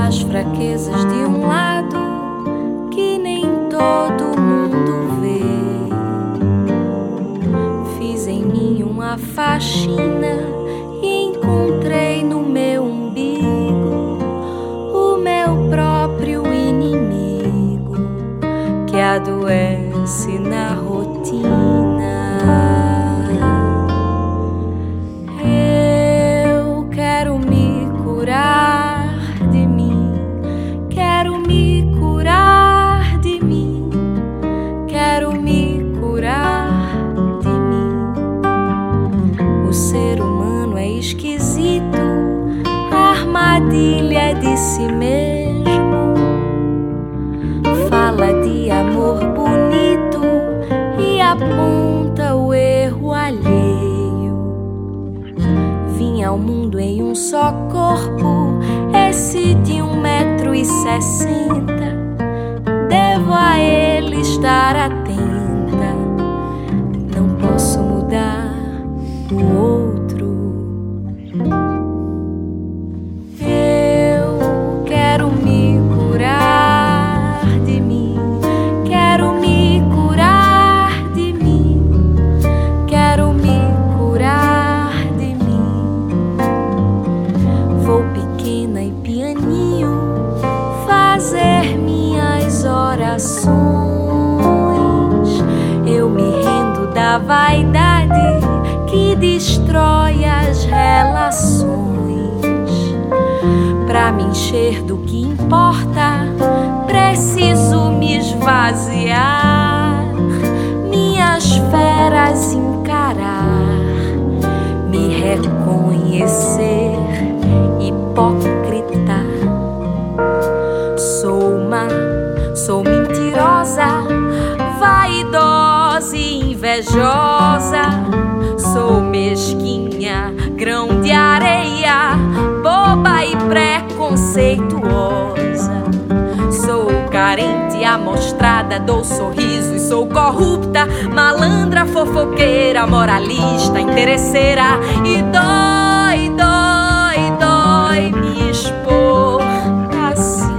as fraquezas de um lado que nem todo mundo vê. Fiz em mim uma faxina e encontrei no meu umbigo o meu próprio inimigo que adoece na rotina. Eu quero me curar de mim, quero me curar de mim, quero me curar de mim. O ser humano é esquisito, armadilha de si mesmo. Fala de amor bonito e aponta o erro alheio. Vim ao mundo em um só corpo, esse de 1,60 m. Devo a ele estar atenta, não posso mudar o outro. Eu quero me curar de mim, quero me curar de mim, quero me curar de mim. Vou pequena e pianinho fazer minhas orações. Eu me rendo da vaidade que destrói as relações. Pra me encher do que importa, preciso me esvaziar, minhas feras encarar, me reconhecer hipócrita. Sou mentirosa, vaidosa e invejosa. Sou mesquinha, grão de areia, boba e preconceituosa. Sou carente, amostrada, dou sorriso e sou corrupta, malandra, fofoqueira, moralista, interesseira. E dói, dói, dói me expor assim.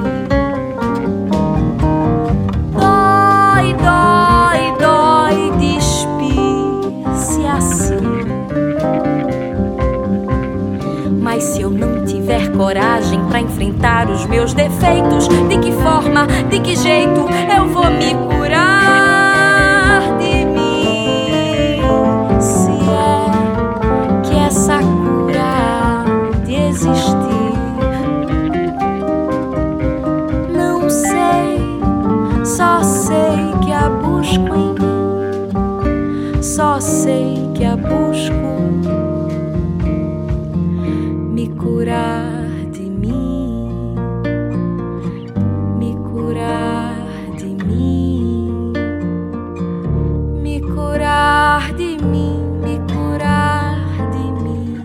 Dói, dói, dói despir-se assim. Mas se eu não tiver coragem pra enfrentar os meus defeitos, de que forma, de que jeito eu vou me curar de mim? Se é que essa cura há de existir, não sei, só sei que a busco em mim, só sei que a busco. Me curar de mim, me curar de mim, me curar de mim, me curar de mim.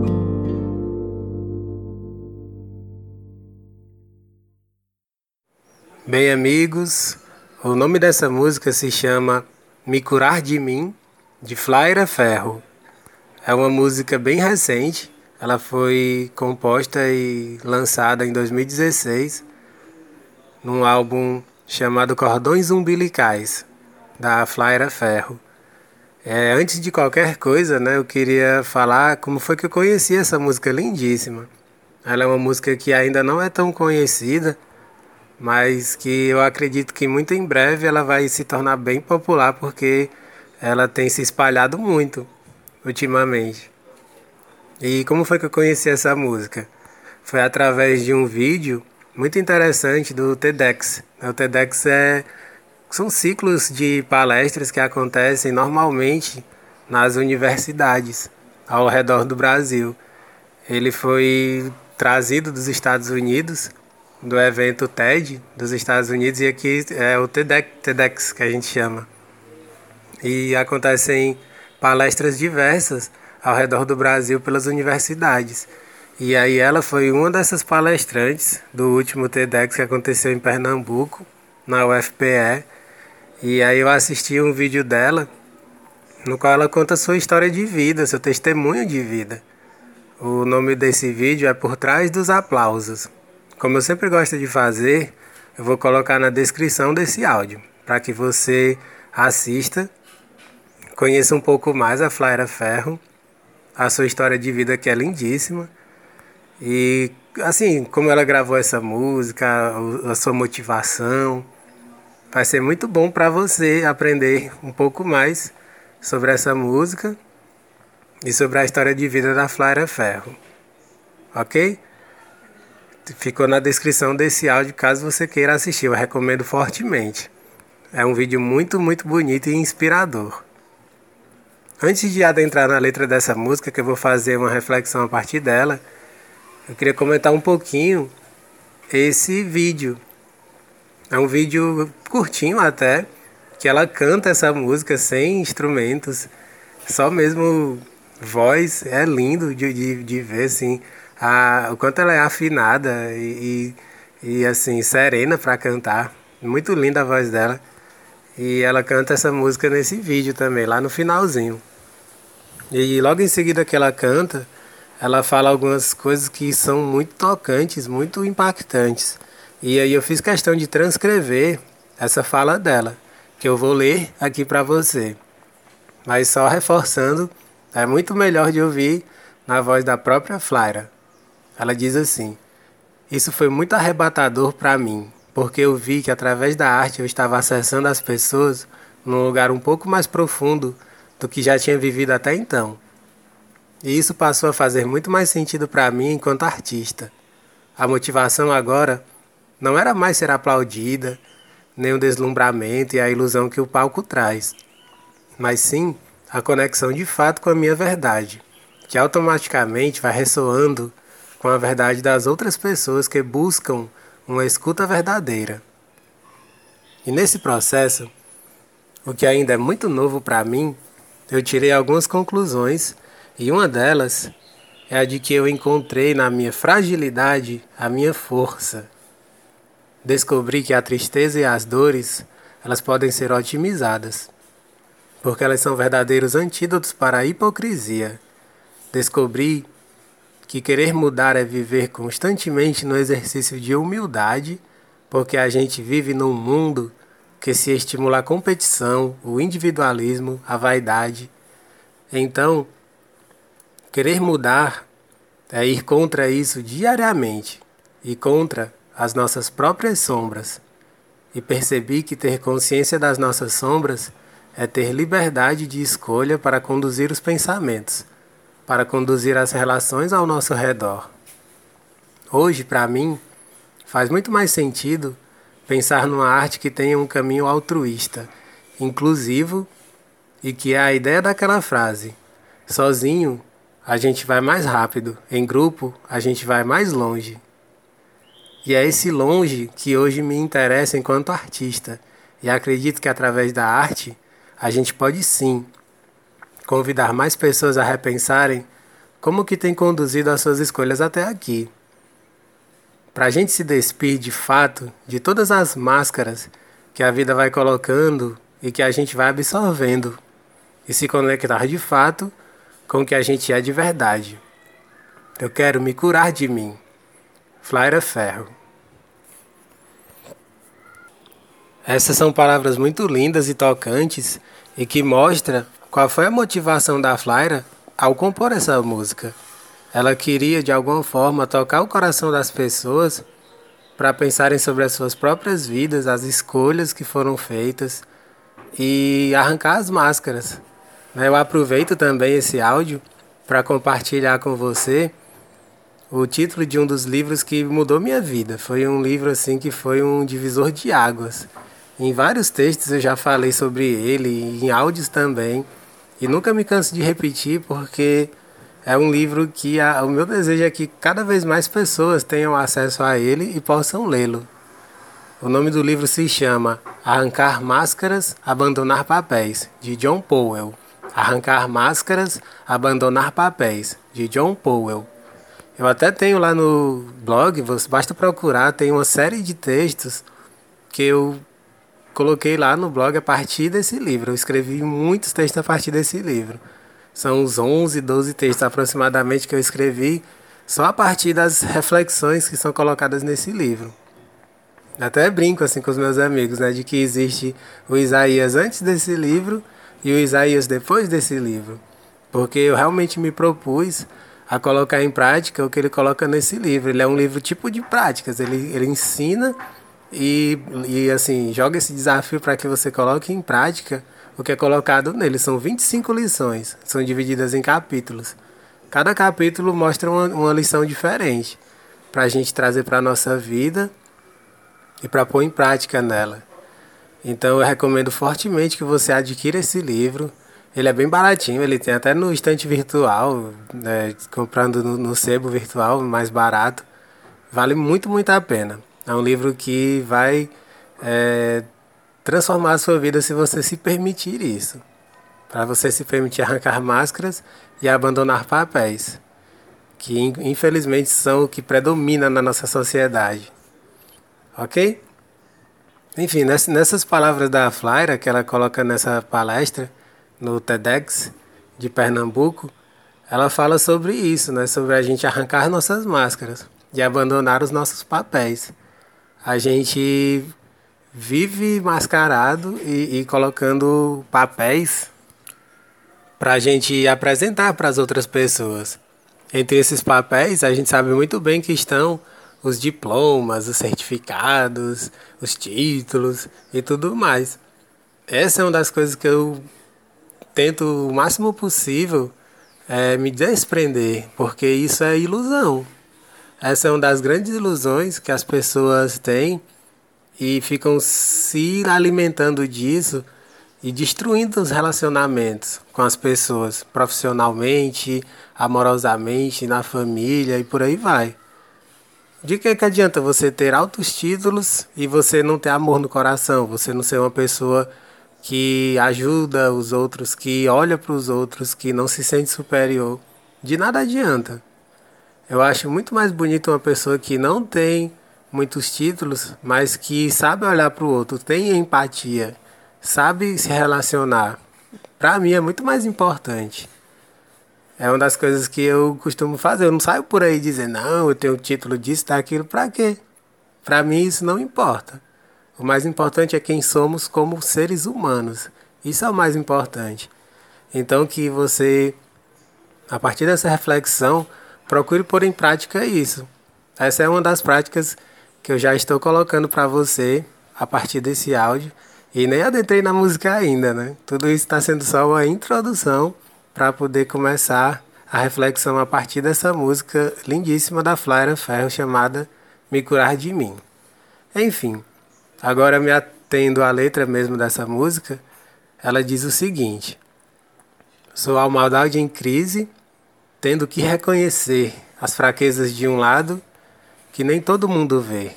Bem, amigos, o nome dessa música se chama Me Curar de Mim, de Flaira Ferro. É uma música bem recente. Ela foi composta e lançada em 2016 num álbum chamado Cordões Umbilicais, da Flaira Ferro. Antes de qualquer coisa, né, eu queria falar como foi que eu conheci essa música lindíssima. Ela é uma música que ainda não é tão conhecida, mas que eu acredito que muito em breve ela vai se tornar bem popular, porque ela tem se espalhado muito ultimamente. E como foi que eu conheci essa música? Foi através de um vídeo muito interessante do TEDx. O TEDx são ciclos de palestras que acontecem normalmente nas universidades ao redor do Brasil. Ele foi trazido dos Estados Unidos, do evento TED dos Estados Unidos, e aqui é o TEDx que a gente chama. E acontecem palestras diversas ao redor do Brasil pelas universidades. E aí ela foi uma dessas palestrantes do último TEDx que aconteceu em Pernambuco, na UFPE. E aí eu assisti um vídeo dela, no qual ela conta sua história de vida, seu testemunho de vida. O nome desse vídeo é Por Trás dos Aplausos. como eu sempre gosto de fazer, eu vou colocar na descrição desse áudio, para que você assista, conheça um pouco mais a Flaira Ferro, a sua história de vida que é lindíssima, e assim, como ela gravou essa música, a sua motivação, vai ser muito bom para você aprender um pouco mais sobre essa música e sobre a história de vida da Flaira Ferro, ok? Ficou na descrição desse áudio caso você queira assistir, eu recomendo fortemente. É um vídeo muito, muito bonito e inspirador. Antes de adentrar na letra dessa música, que eu vou fazer uma reflexão a partir dela, eu queria comentar um pouquinho esse vídeo. É um vídeo curtinho até, que ela canta essa música sem instrumentos, só mesmo voz. É lindo de ver assim, o quanto ela é afinada e assim, serena para cantar. Muito linda a voz dela. E ela canta essa música nesse vídeo também, lá no finalzinho. E logo em seguida que ela canta, ela fala algumas coisas que são muito tocantes, muito impactantes. E aí eu fiz questão de transcrever essa fala dela, que eu vou ler aqui para você. Mas só reforçando, é muito melhor de ouvir na voz da própria Flaira. Ela diz assim: isso foi muito arrebatador para mim, porque eu vi que através da arte eu estava acessando as pessoas num lugar um pouco mais profundo do que já tinha vivido até então. E isso passou a fazer muito mais sentido para mim enquanto artista. A motivação agora não era mais ser aplaudida, nem o deslumbramento e a ilusão que o palco traz, mas sim a conexão de fato com a minha verdade, que automaticamente vai ressoando com a verdade das outras pessoas que buscam uma escuta verdadeira. E nesse processo, o que ainda é muito novo para mim, eu tirei algumas conclusões, e uma delas é a de que eu encontrei na minha fragilidade a minha força. Descobri que a tristeza e as dores, elas podem ser otimizadas, porque elas são verdadeiros antídotos para a hipocrisia. Descobri que querer mudar é viver constantemente no exercício de humildade, porque a gente vive num mundo que se estimula a competição, o individualismo, a vaidade. Então, querer mudar é ir contra isso diariamente e contra as nossas próprias sombras. E percebi que ter consciência das nossas sombras é ter liberdade de escolha para conduzir os pensamentos, para conduzir as relações ao nosso redor. Hoje, para mim, faz muito mais sentido pensar numa arte que tenha um caminho altruísta, inclusivo, e que é a ideia daquela frase: sozinho a gente vai mais rápido, em grupo a gente vai mais longe. E é esse longe que hoje me interessa enquanto artista, e acredito que através da arte a gente pode sim convidar mais pessoas a repensarem como que tem conduzido as suas escolhas até aqui. Para a gente se despir de fato de todas as máscaras que a vida vai colocando e que a gente vai absorvendo, e se conectar de fato com o que a gente é de verdade. Eu quero me curar de mim. Flaira Ferro. Essas são palavras muito lindas e tocantes e que mostram qual foi a motivação da Flaira ao compor essa música. Ela queria de alguma forma tocar o coração das pessoas para pensarem sobre as suas próprias vidas, as escolhas que foram feitas e arrancar as máscaras. Eu aproveito também esse áudio para compartilhar com você o título de um dos livros que mudou minha vida. Foi um livro assim que foi um divisor de águas. Em vários textos eu já falei sobre ele, em áudios também, e nunca me canso de repetir porque é um livro que o meu desejo é que cada vez mais pessoas tenham acesso a ele e possam lê-lo. O nome do livro se chama Arrancar Máscaras, Abandonar Papéis, de John Powell. Arrancar Máscaras, Abandonar Papéis, de John Powell. Eu até tenho lá no blog, basta procurar, tem uma série de textos que eu coloquei lá no blog a partir desse livro. Eu escrevi muitos textos a partir desse livro. São uns 11, 12 textos aproximadamente que eu escrevi só a partir das reflexões que são colocadas nesse livro. Até brinco assim com os meus amigos, né, de que existe o Isaías antes desse livro e o Isaías depois desse livro, porque eu realmente me propus a colocar em prática o que ele coloca nesse livro. Ele é um livro tipo de práticas, ele ensina e assim, joga esse desafio para que você coloque em prática o que é colocado nele. São 25 lições, são divididas em capítulos. Cada capítulo mostra uma lição diferente para a gente trazer para a nossa vida e para pôr em prática nela. Então eu recomendo fortemente que você adquira esse livro. Ele é bem baratinho, ele tem até no estante virtual, né, comprando no sebo virtual, mais barato. Vale muito, muito a pena. É um livro que vai transformar a sua vida se você se permitir isso. Para você se permitir arrancar máscaras e abandonar papéis, que infelizmente são o que predomina na nossa sociedade. Ok? Enfim, nessas palavras da Flaira que ela coloca nessa palestra no TEDx de Pernambuco, ela fala sobre isso, né? Sobre a gente arrancar nossas máscaras e abandonar os nossos papéis. A gente vive mascarado e colocando papéis para a gente apresentar para as outras pessoas. Entre esses papéis, a gente sabe muito bem que estão os diplomas, os certificados, os títulos e tudo mais. Essa é uma das coisas que eu tento o máximo possível me desprender, porque isso é ilusão. Essa é uma das grandes ilusões que as pessoas têm e ficam se alimentando disso e destruindo os relacionamentos com as pessoas, profissionalmente, amorosamente, na família e por aí vai. De que adianta você ter altos títulos e você não ter amor no coração? Você não ser uma pessoa que ajuda os outros, que olha para os outros, que não se sente superior? De nada adianta. Eu acho muito mais bonito uma pessoa que não tem muitos títulos, mas que sabe olhar para o outro, tem empatia, sabe se relacionar. Para mim é muito mais importante. É uma das coisas que eu costumo fazer. Eu não saio por aí dizendo, não, eu tenho o título disso, daquilo, pra quê? Pra mim isso não importa. O mais importante é quem somos como seres humanos. Isso é o mais importante. Então que você, a partir dessa reflexão, procure pôr em prática isso. Essa é uma das práticas que eu já estou colocando para você a partir desse áudio. E nem adentrei na música ainda, né? Tudo isso está sendo só uma introdução para poder começar a reflexão a partir dessa música lindíssima da Flaira Ferro chamada Me Curar de Mim. Enfim, agora me atendo à letra mesmo dessa música, ela diz o seguinte: sou a maldade em crise, tendo que reconhecer as fraquezas de um lado que nem todo mundo vê.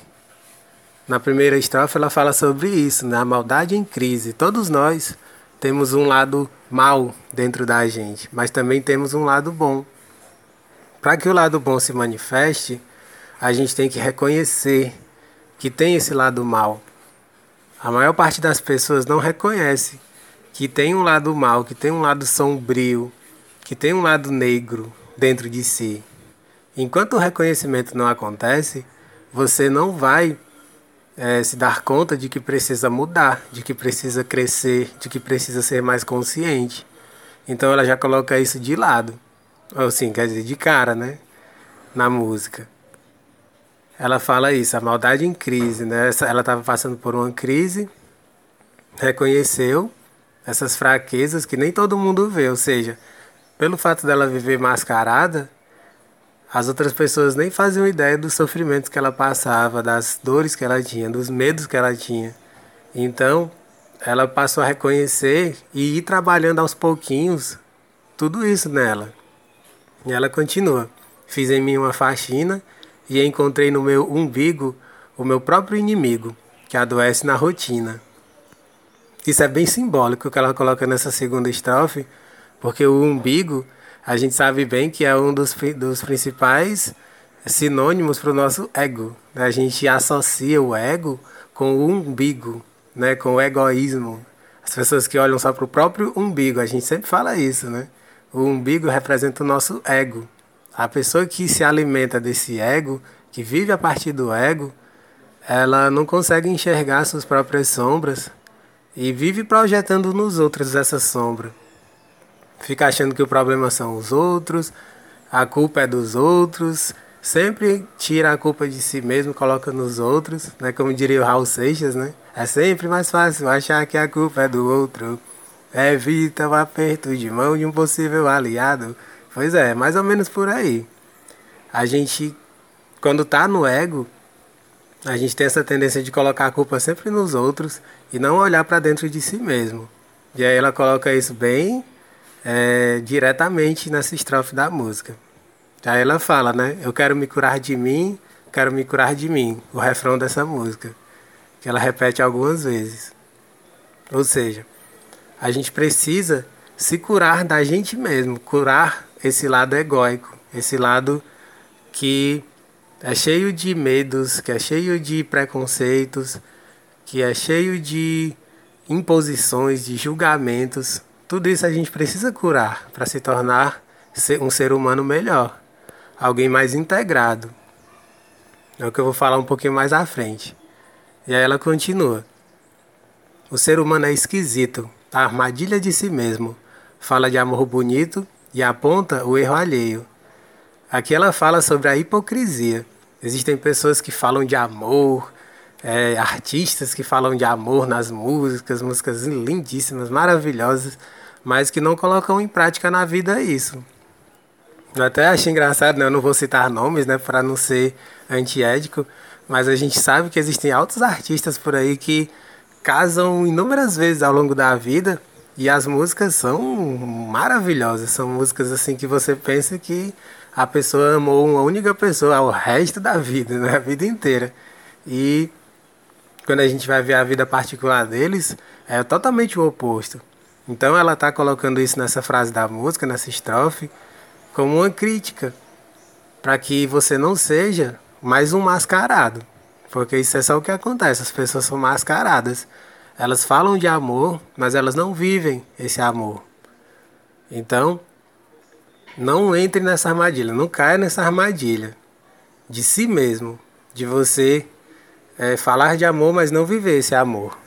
Na primeira estrofe ela fala sobre isso, né? A maldade em crise. Todos nós temos um lado mal dentro da gente, mas também temos um lado bom. Para que o lado bom se manifeste, a gente tem que reconhecer que tem esse lado mal. A maior parte das pessoas não reconhece que tem um lado mal, que tem um lado sombrio, que tem um lado negro dentro de si. Enquanto o reconhecimento não acontece, você não vai se dar conta de que precisa mudar, de que precisa crescer, de que precisa ser mais consciente. Então ela já coloca isso de lado, ou assim, quer dizer, de cara, né, na música. Ela fala isso, a maldade em crise, né? Ela estava passando por uma crise, reconheceu essas fraquezas que nem todo mundo vê, ou seja, pelo fato dela viver mascarada, as outras pessoas nem faziam ideia dos sofrimentos que ela passava, das dores que ela tinha, dos medos que ela tinha. Então, ela passou a reconhecer e ir trabalhando aos pouquinhos tudo isso nela. E ela continua: fiz em mim uma faxina e encontrei no meu umbigo o meu próprio inimigo, que adoece na rotina. Isso é bem simbólico que ela coloca nessa segunda estrofe, porque o umbigo, a gente sabe bem que é um dos principais sinônimos para o nosso ego. A gente associa o ego com o umbigo, né? Com o egoísmo. As pessoas que olham só para o próprio umbigo, a gente sempre fala isso, né? O umbigo representa o nosso ego, A pessoa que se alimenta desse ego, que vive a partir do ego, ela não consegue enxergar suas próprias sombras e vive projetando nos outros essa sombra. Fica achando que o problema são os outros, a culpa é dos outros, sempre tira a culpa de si mesmo, coloca nos outros, né? Como diria o Raul Seixas, né? É sempre mais fácil achar que a culpa é do outro. Evita o aperto de mão de um possível aliado. Pois é, mais ou menos por aí. A gente, quando tá no ego, a gente tem essa tendência de colocar a culpa sempre nos outros e não olhar para dentro de si mesmo. E aí ela coloca isso bem diretamente nessa estrofe da música. Aí ela fala, né? Eu quero me curar de mim, quero me curar de mim. O refrão dessa música, que ela repete algumas vezes. Ou seja, a gente precisa se curar da gente mesmo, curar esse lado egóico, esse lado que é cheio de medos, que é cheio de preconceitos, que é cheio de imposições, de julgamentos. Tudo isso a gente precisa curar para se tornar um ser humano melhor, alguém mais integrado. É o que eu vou falar um pouquinho mais à frente. E aí ela continua. O ser humano é esquisito, a armadilha de si mesmo. Fala de amor bonito e aponta o erro alheio. Aqui ela fala sobre a hipocrisia. Existem pessoas que falam de amor, artistas que falam de amor nas músicas, músicas lindíssimas, maravilhosas, mas que não colocam em prática na vida isso. Eu até acho engraçado, né? Eu não vou citar nomes, né, para não ser antiético, mas a gente sabe que existem altos artistas por aí que casam inúmeras vezes ao longo da vida e as músicas são maravilhosas, são músicas assim que você pensa que a pessoa amou uma única pessoa ao resto da vida, né? A vida inteira. E quando a gente vai ver a vida particular deles, é totalmente o oposto. Então ela está colocando isso nessa frase da música, nessa estrofe, como uma crítica, para que você não seja mais um mascarado. Porque isso é só o que acontece, as pessoas são mascaradas. Elas falam de amor, mas elas não vivem esse amor. Então, não entre nessa armadilha, não caia nessa armadilha de si mesmo, de você falar de amor, mas não viver esse amor.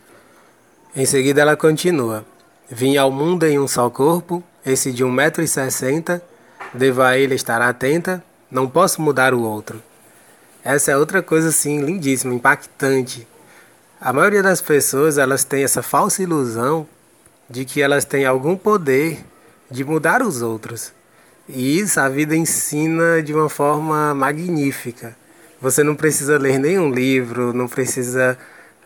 Em seguida ela continua. Vim ao mundo em um só corpo, esse de 1,60 m, devo a ele estar atenta, não posso mudar o outro. Essa é outra coisa assim lindíssima, impactante. A maioria das pessoas, elas têm essa falsa ilusão de que elas têm algum poder de mudar os outros. E isso a vida ensina de uma forma magnífica. Você não precisa ler nenhum livro, não precisa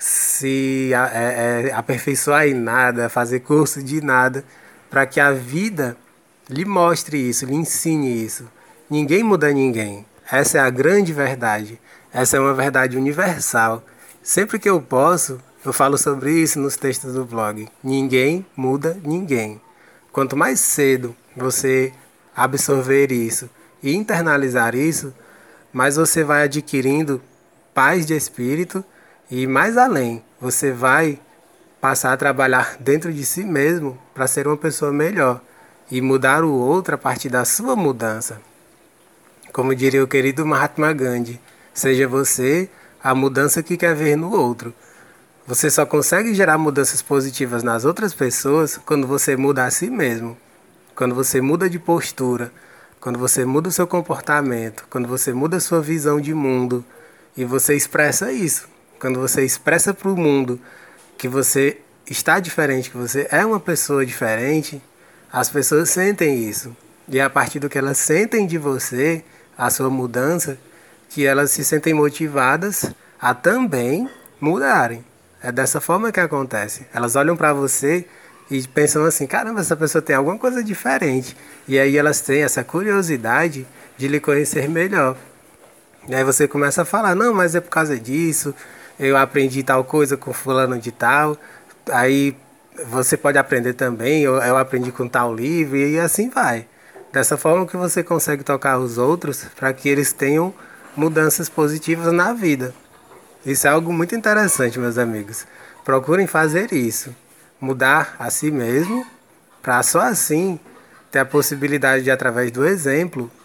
se aperfeiçoar em nada, fazer curso de nada, para que a vida lhe mostre isso, lhe ensine isso. Ninguém muda ninguém. Essa é a grande verdade. Essa é uma verdade universal. Sempre que eu posso, eu falo sobre isso nos textos do blog. Ninguém muda ninguém. Quanto mais cedo você absorver isso e internalizar isso, mais você vai adquirindo paz de espírito e mais além, você vai passar a trabalhar dentro de si mesmo para ser uma pessoa melhor e mudar o outro a partir da sua mudança. Como diria o querido Mahatma Gandhi, seja você a mudança que quer ver no outro. Você só consegue gerar mudanças positivas nas outras pessoas quando você muda a si mesmo. Quando você muda de postura, quando você muda o seu comportamento, quando você muda a sua visão de mundo e você expressa isso. Quando você expressa para o mundo que você está diferente, que você é uma pessoa diferente, as pessoas sentem isso. E é a partir do que elas sentem de você, a sua mudança, que elas se sentem motivadas a também mudarem. É dessa forma que acontece. Elas olham para você e pensam assim, caramba, essa pessoa tem alguma coisa diferente. E aí elas têm essa curiosidade de lhe conhecer melhor. E aí você começa a falar, não, mas é por causa disso, eu aprendi tal coisa com fulano de tal, aí você pode aprender também, eu aprendi com tal livro, e assim vai. Dessa forma que você consegue tocar os outros para que eles tenham mudanças positivas na vida. Isso é algo muito interessante, meus amigos. Procurem fazer isso. Mudar a si mesmo, para só assim ter a possibilidade de, através do exemplo,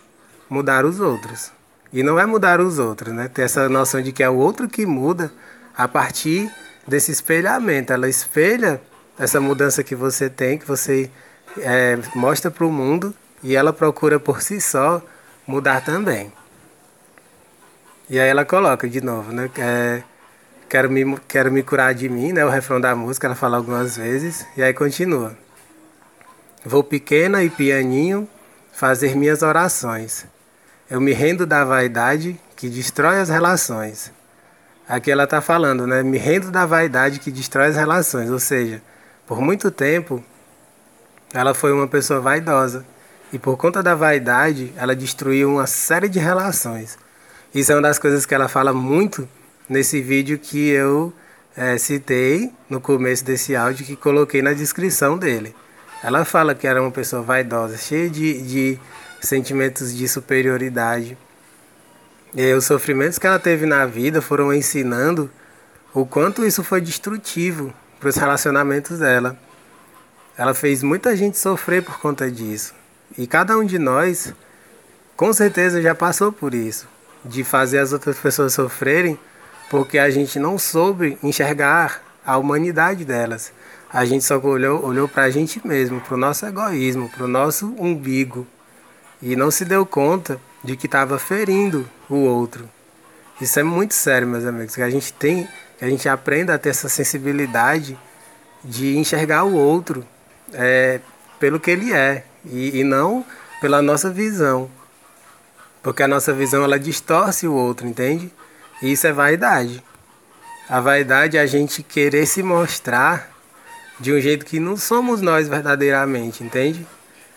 mudar os outros. E não é mudar os outros, né? Ter essa noção de que é o outro que muda a partir desse espelhamento. Ela espelha essa mudança que você tem, que você mostra para o mundo, e ela procura por si só mudar também. E aí ela coloca de novo, né? Quero me curar de mim, né? O refrão da música, ela fala algumas vezes, e aí continua. Vou pequena e pianinho fazer minhas orações. Eu me rendo da vaidade que destrói as relações. Aqui ela está falando, né? Me rendo da vaidade que destrói as relações. Ou seja, por muito tempo, ela foi uma pessoa vaidosa. E por conta da vaidade, ela destruiu uma série de relações. Isso é uma das coisas que ela fala muito nesse vídeo que eu citei no começo desse áudio, que coloquei na descrição dele. Ela fala que era uma pessoa vaidosa, cheia de sentimentos de superioridade. E os sofrimentos que ela teve na vida foram ensinando o quanto isso foi destrutivo para os relacionamentos dela. Ela fez muita gente sofrer por conta disso. E cada um de nós, com certeza, já passou por isso. De fazer as outras pessoas sofrerem porque a gente não soube enxergar a humanidade delas. A gente só olhou para a gente mesmo, para o nosso egoísmo, para o nosso umbigo. E não se deu conta de que estava ferindo o outro. Isso é muito sério, meus amigos. Que a gente aprenda a ter essa sensibilidade de enxergar o outro pelo que ele é e não pela nossa visão. Porque a nossa visão, ela distorce o outro, entende? E isso é vaidade. A vaidade é a gente querer se mostrar de um jeito que não somos nós verdadeiramente, entende?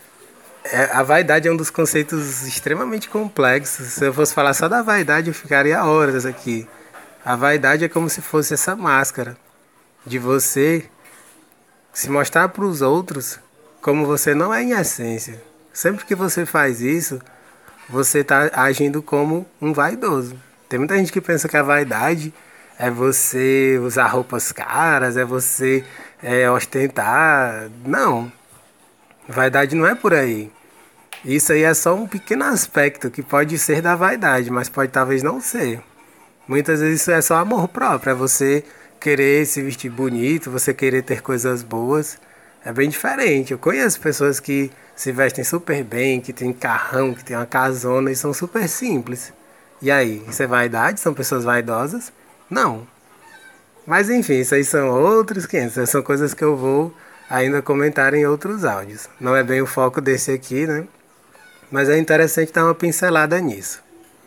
A vaidade é um dos conceitos extremamente complexos. Se eu fosse falar só da vaidade, eu ficaria horas aqui. A vaidade é como se fosse essa máscara de você se mostrar para os outros como você não é em essência. Sempre que você faz isso, você está agindo como um vaidoso. Tem muita gente que pensa que a vaidade é você usar roupas caras, é você ostentar. Não. Vaidade não é por aí. Isso aí é só um pequeno aspecto que pode ser da vaidade, mas pode talvez não ser. Muitas vezes isso é só amor próprio, é você querer se vestir bonito, você querer ter coisas boas. É bem diferente. Eu conheço pessoas que se vestem super bem, que tem carrão, que tem uma casona e são super simples. E aí, isso é vaidade? São pessoas vaidosas? Não. Mas enfim, isso aí são outros 500. São coisas que eu vou ainda comentar em outros áudios. Não é bem o foco desse aqui, né? Mas é interessante dar uma pincelada nisso.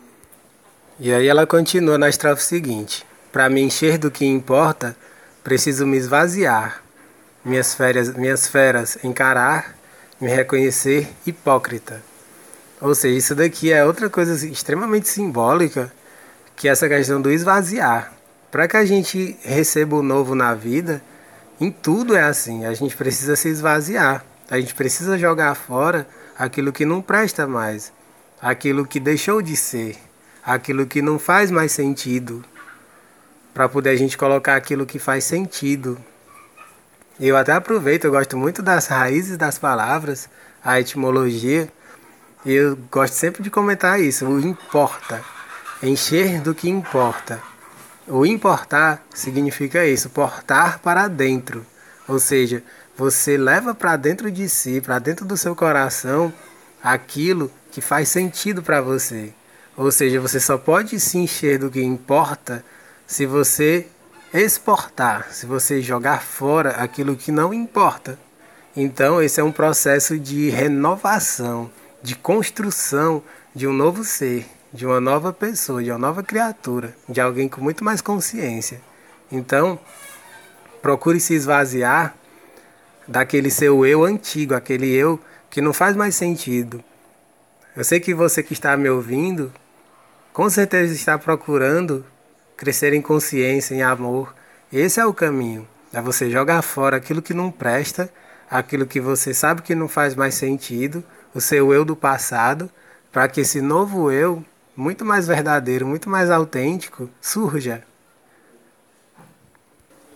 E aí ela continua na estrofe seguinte. Para me encher do que importa, preciso me esvaziar. Minhas feras encarar, me reconhecer hipócrita. Ou seja, isso daqui é outra coisa extremamente simbólica, que é essa questão do esvaziar. Para que a gente receba o novo na vida, em tudo é assim, a gente precisa se esvaziar. A gente precisa jogar fora aquilo que não presta mais, aquilo que deixou de ser, aquilo que não faz mais sentido, para poder a gente colocar aquilo que faz sentido. Eu até aproveito, eu gosto muito das raízes das palavras, a etimologia, e eu gosto sempre de comentar isso, o importa, encher do que importa. O importar significa isso, portar para dentro, ou seja, você leva para dentro de si, para dentro do seu coração, aquilo que faz sentido para você. Ou seja, você só pode se encher do que importa se você exportar, se você jogar fora aquilo que não importa. Então, esse é um processo de renovação, de construção de um novo ser, de uma nova pessoa, de uma nova criatura, de alguém com muito mais consciência. Então, procure se esvaziar daquele seu eu antigo, aquele eu que não faz mais sentido. Eu sei que você que está me ouvindo, com certeza está procurando crescer em consciência, em amor. Esse é o caminho. É você jogar fora aquilo que não presta, aquilo que você sabe que não faz mais sentido, o seu eu do passado, para que esse novo eu, muito mais verdadeiro, muito mais autêntico, surja.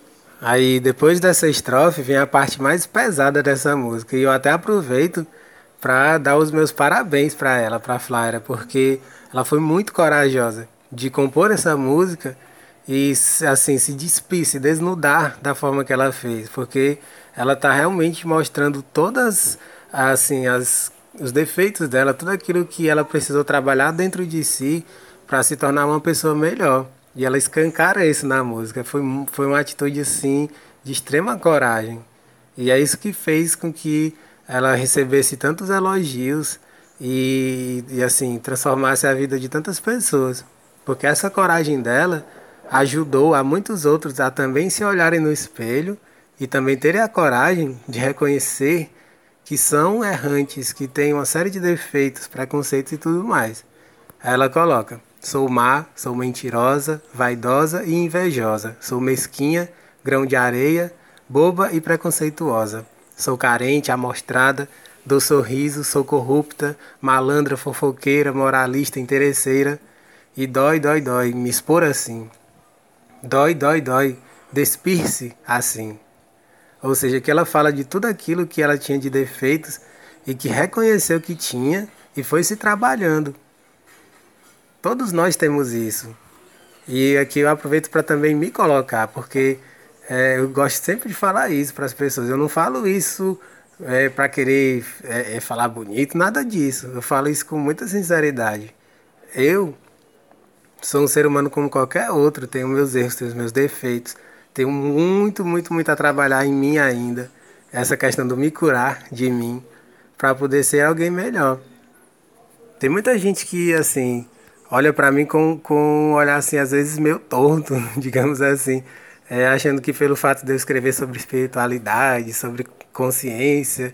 Aí depois dessa estrofe vem a parte mais pesada dessa música. E eu até aproveito para dar os meus parabéns para ela, para Flaira, porque ela foi muito corajosa de compor essa música e assim se despir, se desnudar da forma que ela fez, porque ela tá realmente mostrando todas assim os defeitos dela, tudo aquilo que ela precisou trabalhar dentro de si para se tornar uma pessoa melhor. E ela escancara isso na música. Foi uma atitude assim de extrema coragem. E é isso que fez com que ela recebesse tantos elogios e assim transformasse a vida de tantas pessoas. Porque essa coragem dela ajudou a muitos outros a também se olharem no espelho e também terem a coragem de reconhecer que são errantes, que têm uma série de defeitos, preconceitos e tudo mais. Aí ela coloca: sou má, sou mentirosa, vaidosa e invejosa. Sou mesquinha, grão de areia, boba e preconceituosa. Sou carente, amostrada, dou sorriso, sou corrupta, malandra, fofoqueira, moralista, interesseira. E dói, dói, dói, me expor assim. Dói, dói, dói, despir-se assim. Ou seja, que ela fala de tudo aquilo que ela tinha de defeitos e que reconheceu que tinha e foi se trabalhando. Todos nós temos isso. E aqui eu aproveito para também me colocar, porque eu gosto sempre de falar isso para as pessoas. Eu não falo isso para querer falar bonito, nada disso. Eu falo isso com muita sinceridade. Eu sou um ser humano como qualquer outro, tenho meus erros, tenho os meus defeitos. Tenho muito, muito, muito a trabalhar em mim ainda. Essa questão do me curar de mim para poder ser alguém melhor. Tem muita gente que, assim, olha pra mim com um olhar, assim, às vezes meio torto, digamos assim, achando que pelo fato de eu escrever sobre espiritualidade, sobre consciência,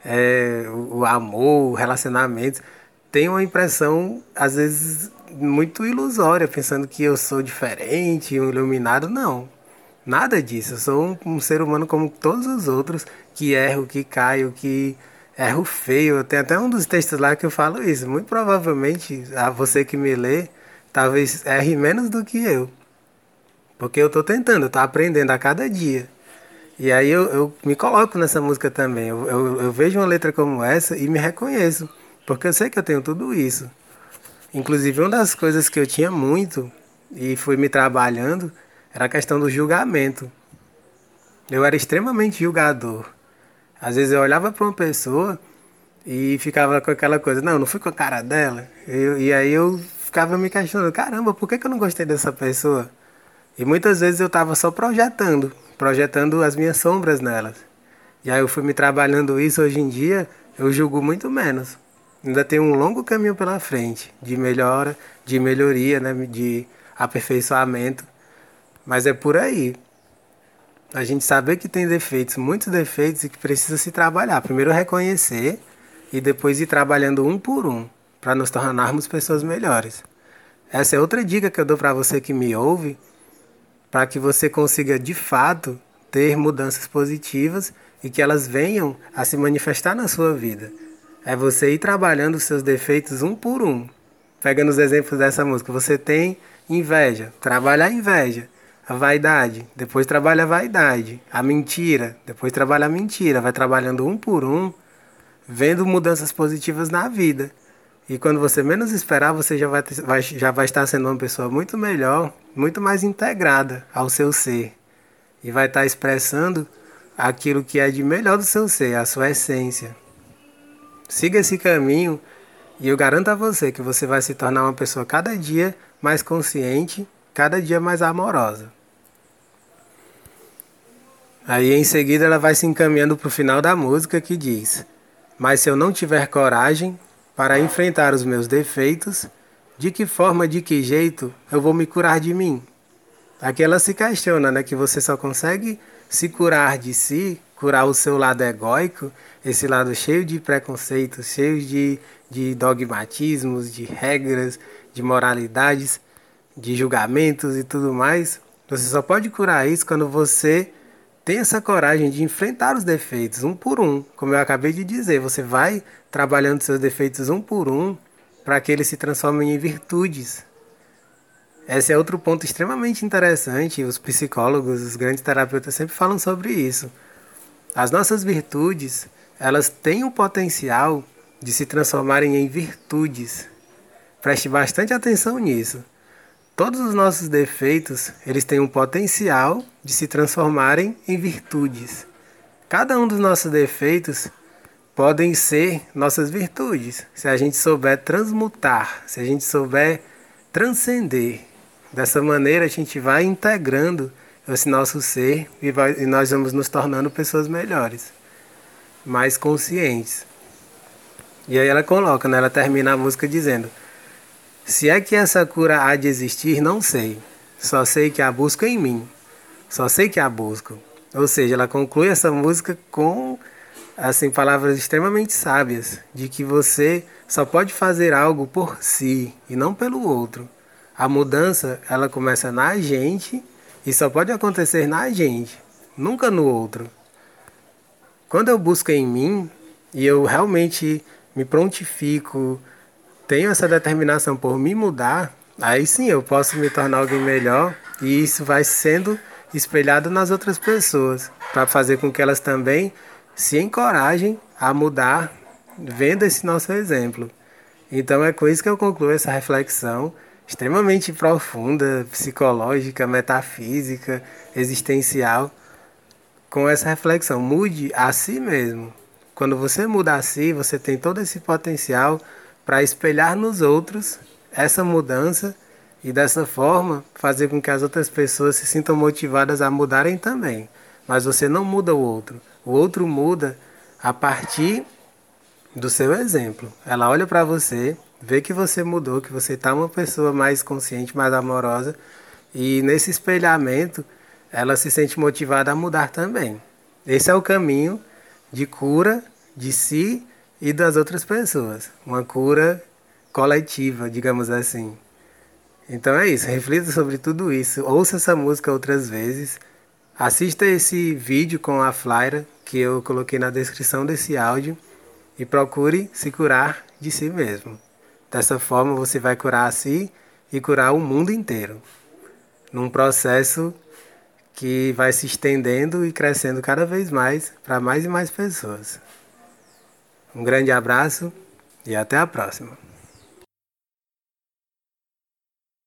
o amor, o relacionamento, tem uma impressão, às vezes, muito ilusória, pensando que eu sou diferente, um iluminado. Não, nada disso. Eu sou um ser humano como todos os outros, que erro, que caio, que erro feio. Tem até um dos textos lá que eu falo isso. Muito provavelmente, a você que me lê, talvez erre menos do que eu. Porque eu tô tentando, eu tô aprendendo a cada dia. E aí eu me coloco nessa música também. Eu vejo uma letra como essa e me reconheço. Porque eu sei que eu tenho tudo isso. Inclusive, uma das coisas que eu tinha muito e fui me trabalhando era a questão do julgamento. Eu era extremamente julgador. Às vezes eu olhava para uma pessoa e ficava com aquela coisa: não, não fui com a cara dela. E aí eu ficava me questionando: caramba, por que eu não gostei dessa pessoa? E muitas vezes eu estava só projetando as minhas sombras nelas. E aí eu fui me trabalhando isso. Hoje em dia eu julgo muito menos. Ainda tem um longo caminho pela frente de melhora, de melhoria, né, de aperfeiçoamento. Mas é por aí. A gente saber que tem defeitos, muitos defeitos, e que precisa se trabalhar. Primeiro reconhecer e depois ir trabalhando um por um para nos tornarmos pessoas melhores. Essa é outra dica que eu dou para você que me ouve, para que você consiga de fato ter mudanças positivas e que elas venham a se manifestar na sua vida. É você ir trabalhando os seus defeitos um por um. Pegando os exemplos dessa música, você tem inveja, trabalha a inveja. A vaidade, depois trabalha a vaidade. A mentira, depois trabalha a mentira. Vai trabalhando um por um, vendo mudanças positivas na vida. E quando você menos esperar, você já vai estar sendo uma pessoa muito melhor, muito mais integrada ao seu ser. E vai estar expressando aquilo que é de melhor do seu ser, a sua essência. Siga esse caminho e eu garanto a você que você vai se tornar uma pessoa cada dia mais consciente, cada dia mais amorosa. Aí em seguida ela vai se encaminhando para o final da música que diz: mas se eu não tiver coragem para enfrentar os meus defeitos, de que forma, de que jeito eu vou me curar de mim? Aqui ela se questiona, né, que você só consegue se curar de si, curar o seu lado egóico, esse lado cheio de preconceitos, cheio de dogmatismos, de regras, de moralidades, de julgamentos e tudo mais. Você só pode curar isso quando você tem essa coragem de enfrentar os defeitos um por um. Como eu acabei de dizer, você vai trabalhando seus defeitos um por um para que eles se transformem em virtudes. Esse é outro ponto extremamente interessante. Os psicólogos, os grandes terapeutas sempre falam sobre isso. As nossas virtudes, elas têm o potencial de se transformarem em virtudes. Preste bastante atenção nisso. Todos os nossos defeitos, eles têm um potencial de se transformarem em virtudes. Cada um dos nossos defeitos podem ser nossas virtudes, se a gente souber transmutar, se a gente souber transcender. Dessa maneira a gente vai integrando esse nosso ser e nós vamos nos tornando pessoas melhores, mais conscientes. E aí ela coloca, né, ela termina a música dizendo: se é que essa cura há de existir, não sei. Só sei que a busco em mim. Só sei que a busco. Ou seja, ela conclui essa música com assim, palavras extremamente sábias, de que você só pode fazer algo por si e não pelo outro. A mudança, ela começa na gente e só pode acontecer na gente, nunca no outro. Quando eu busco em mim e eu realmente me prontifico, tenho essa determinação por me mudar, aí sim eu posso me tornar alguém melhor e isso vai sendo espelhado nas outras pessoas, para fazer com que elas também se encorajem a mudar, vendo esse nosso exemplo. Então é com isso que eu concluo essa reflexão extremamente profunda, psicológica, metafísica, existencial, com essa reflexão. Mude a si mesmo. Quando você muda a si, você tem todo esse potencial para espelhar nos outros essa mudança e dessa forma fazer com que as outras pessoas se sintam motivadas a mudarem também. Mas você não muda o outro muda a partir do seu exemplo. Ela olha para você, vê que você mudou, que você está uma pessoa mais consciente, mais amorosa, e nesse espelhamento ela se sente motivada a mudar também. Esse é o caminho de cura de si e das outras pessoas. Uma cura coletiva, digamos assim. Então é isso, reflita sobre tudo isso, ouça essa música outras vezes, assista esse vídeo com a Flaira, que eu coloquei na descrição desse áudio, e procure se curar de si mesmo. Dessa forma você vai curar a si e curar o mundo inteiro, num processo que vai se estendendo e crescendo cada vez mais para mais e mais pessoas. Um grande abraço e até a próxima.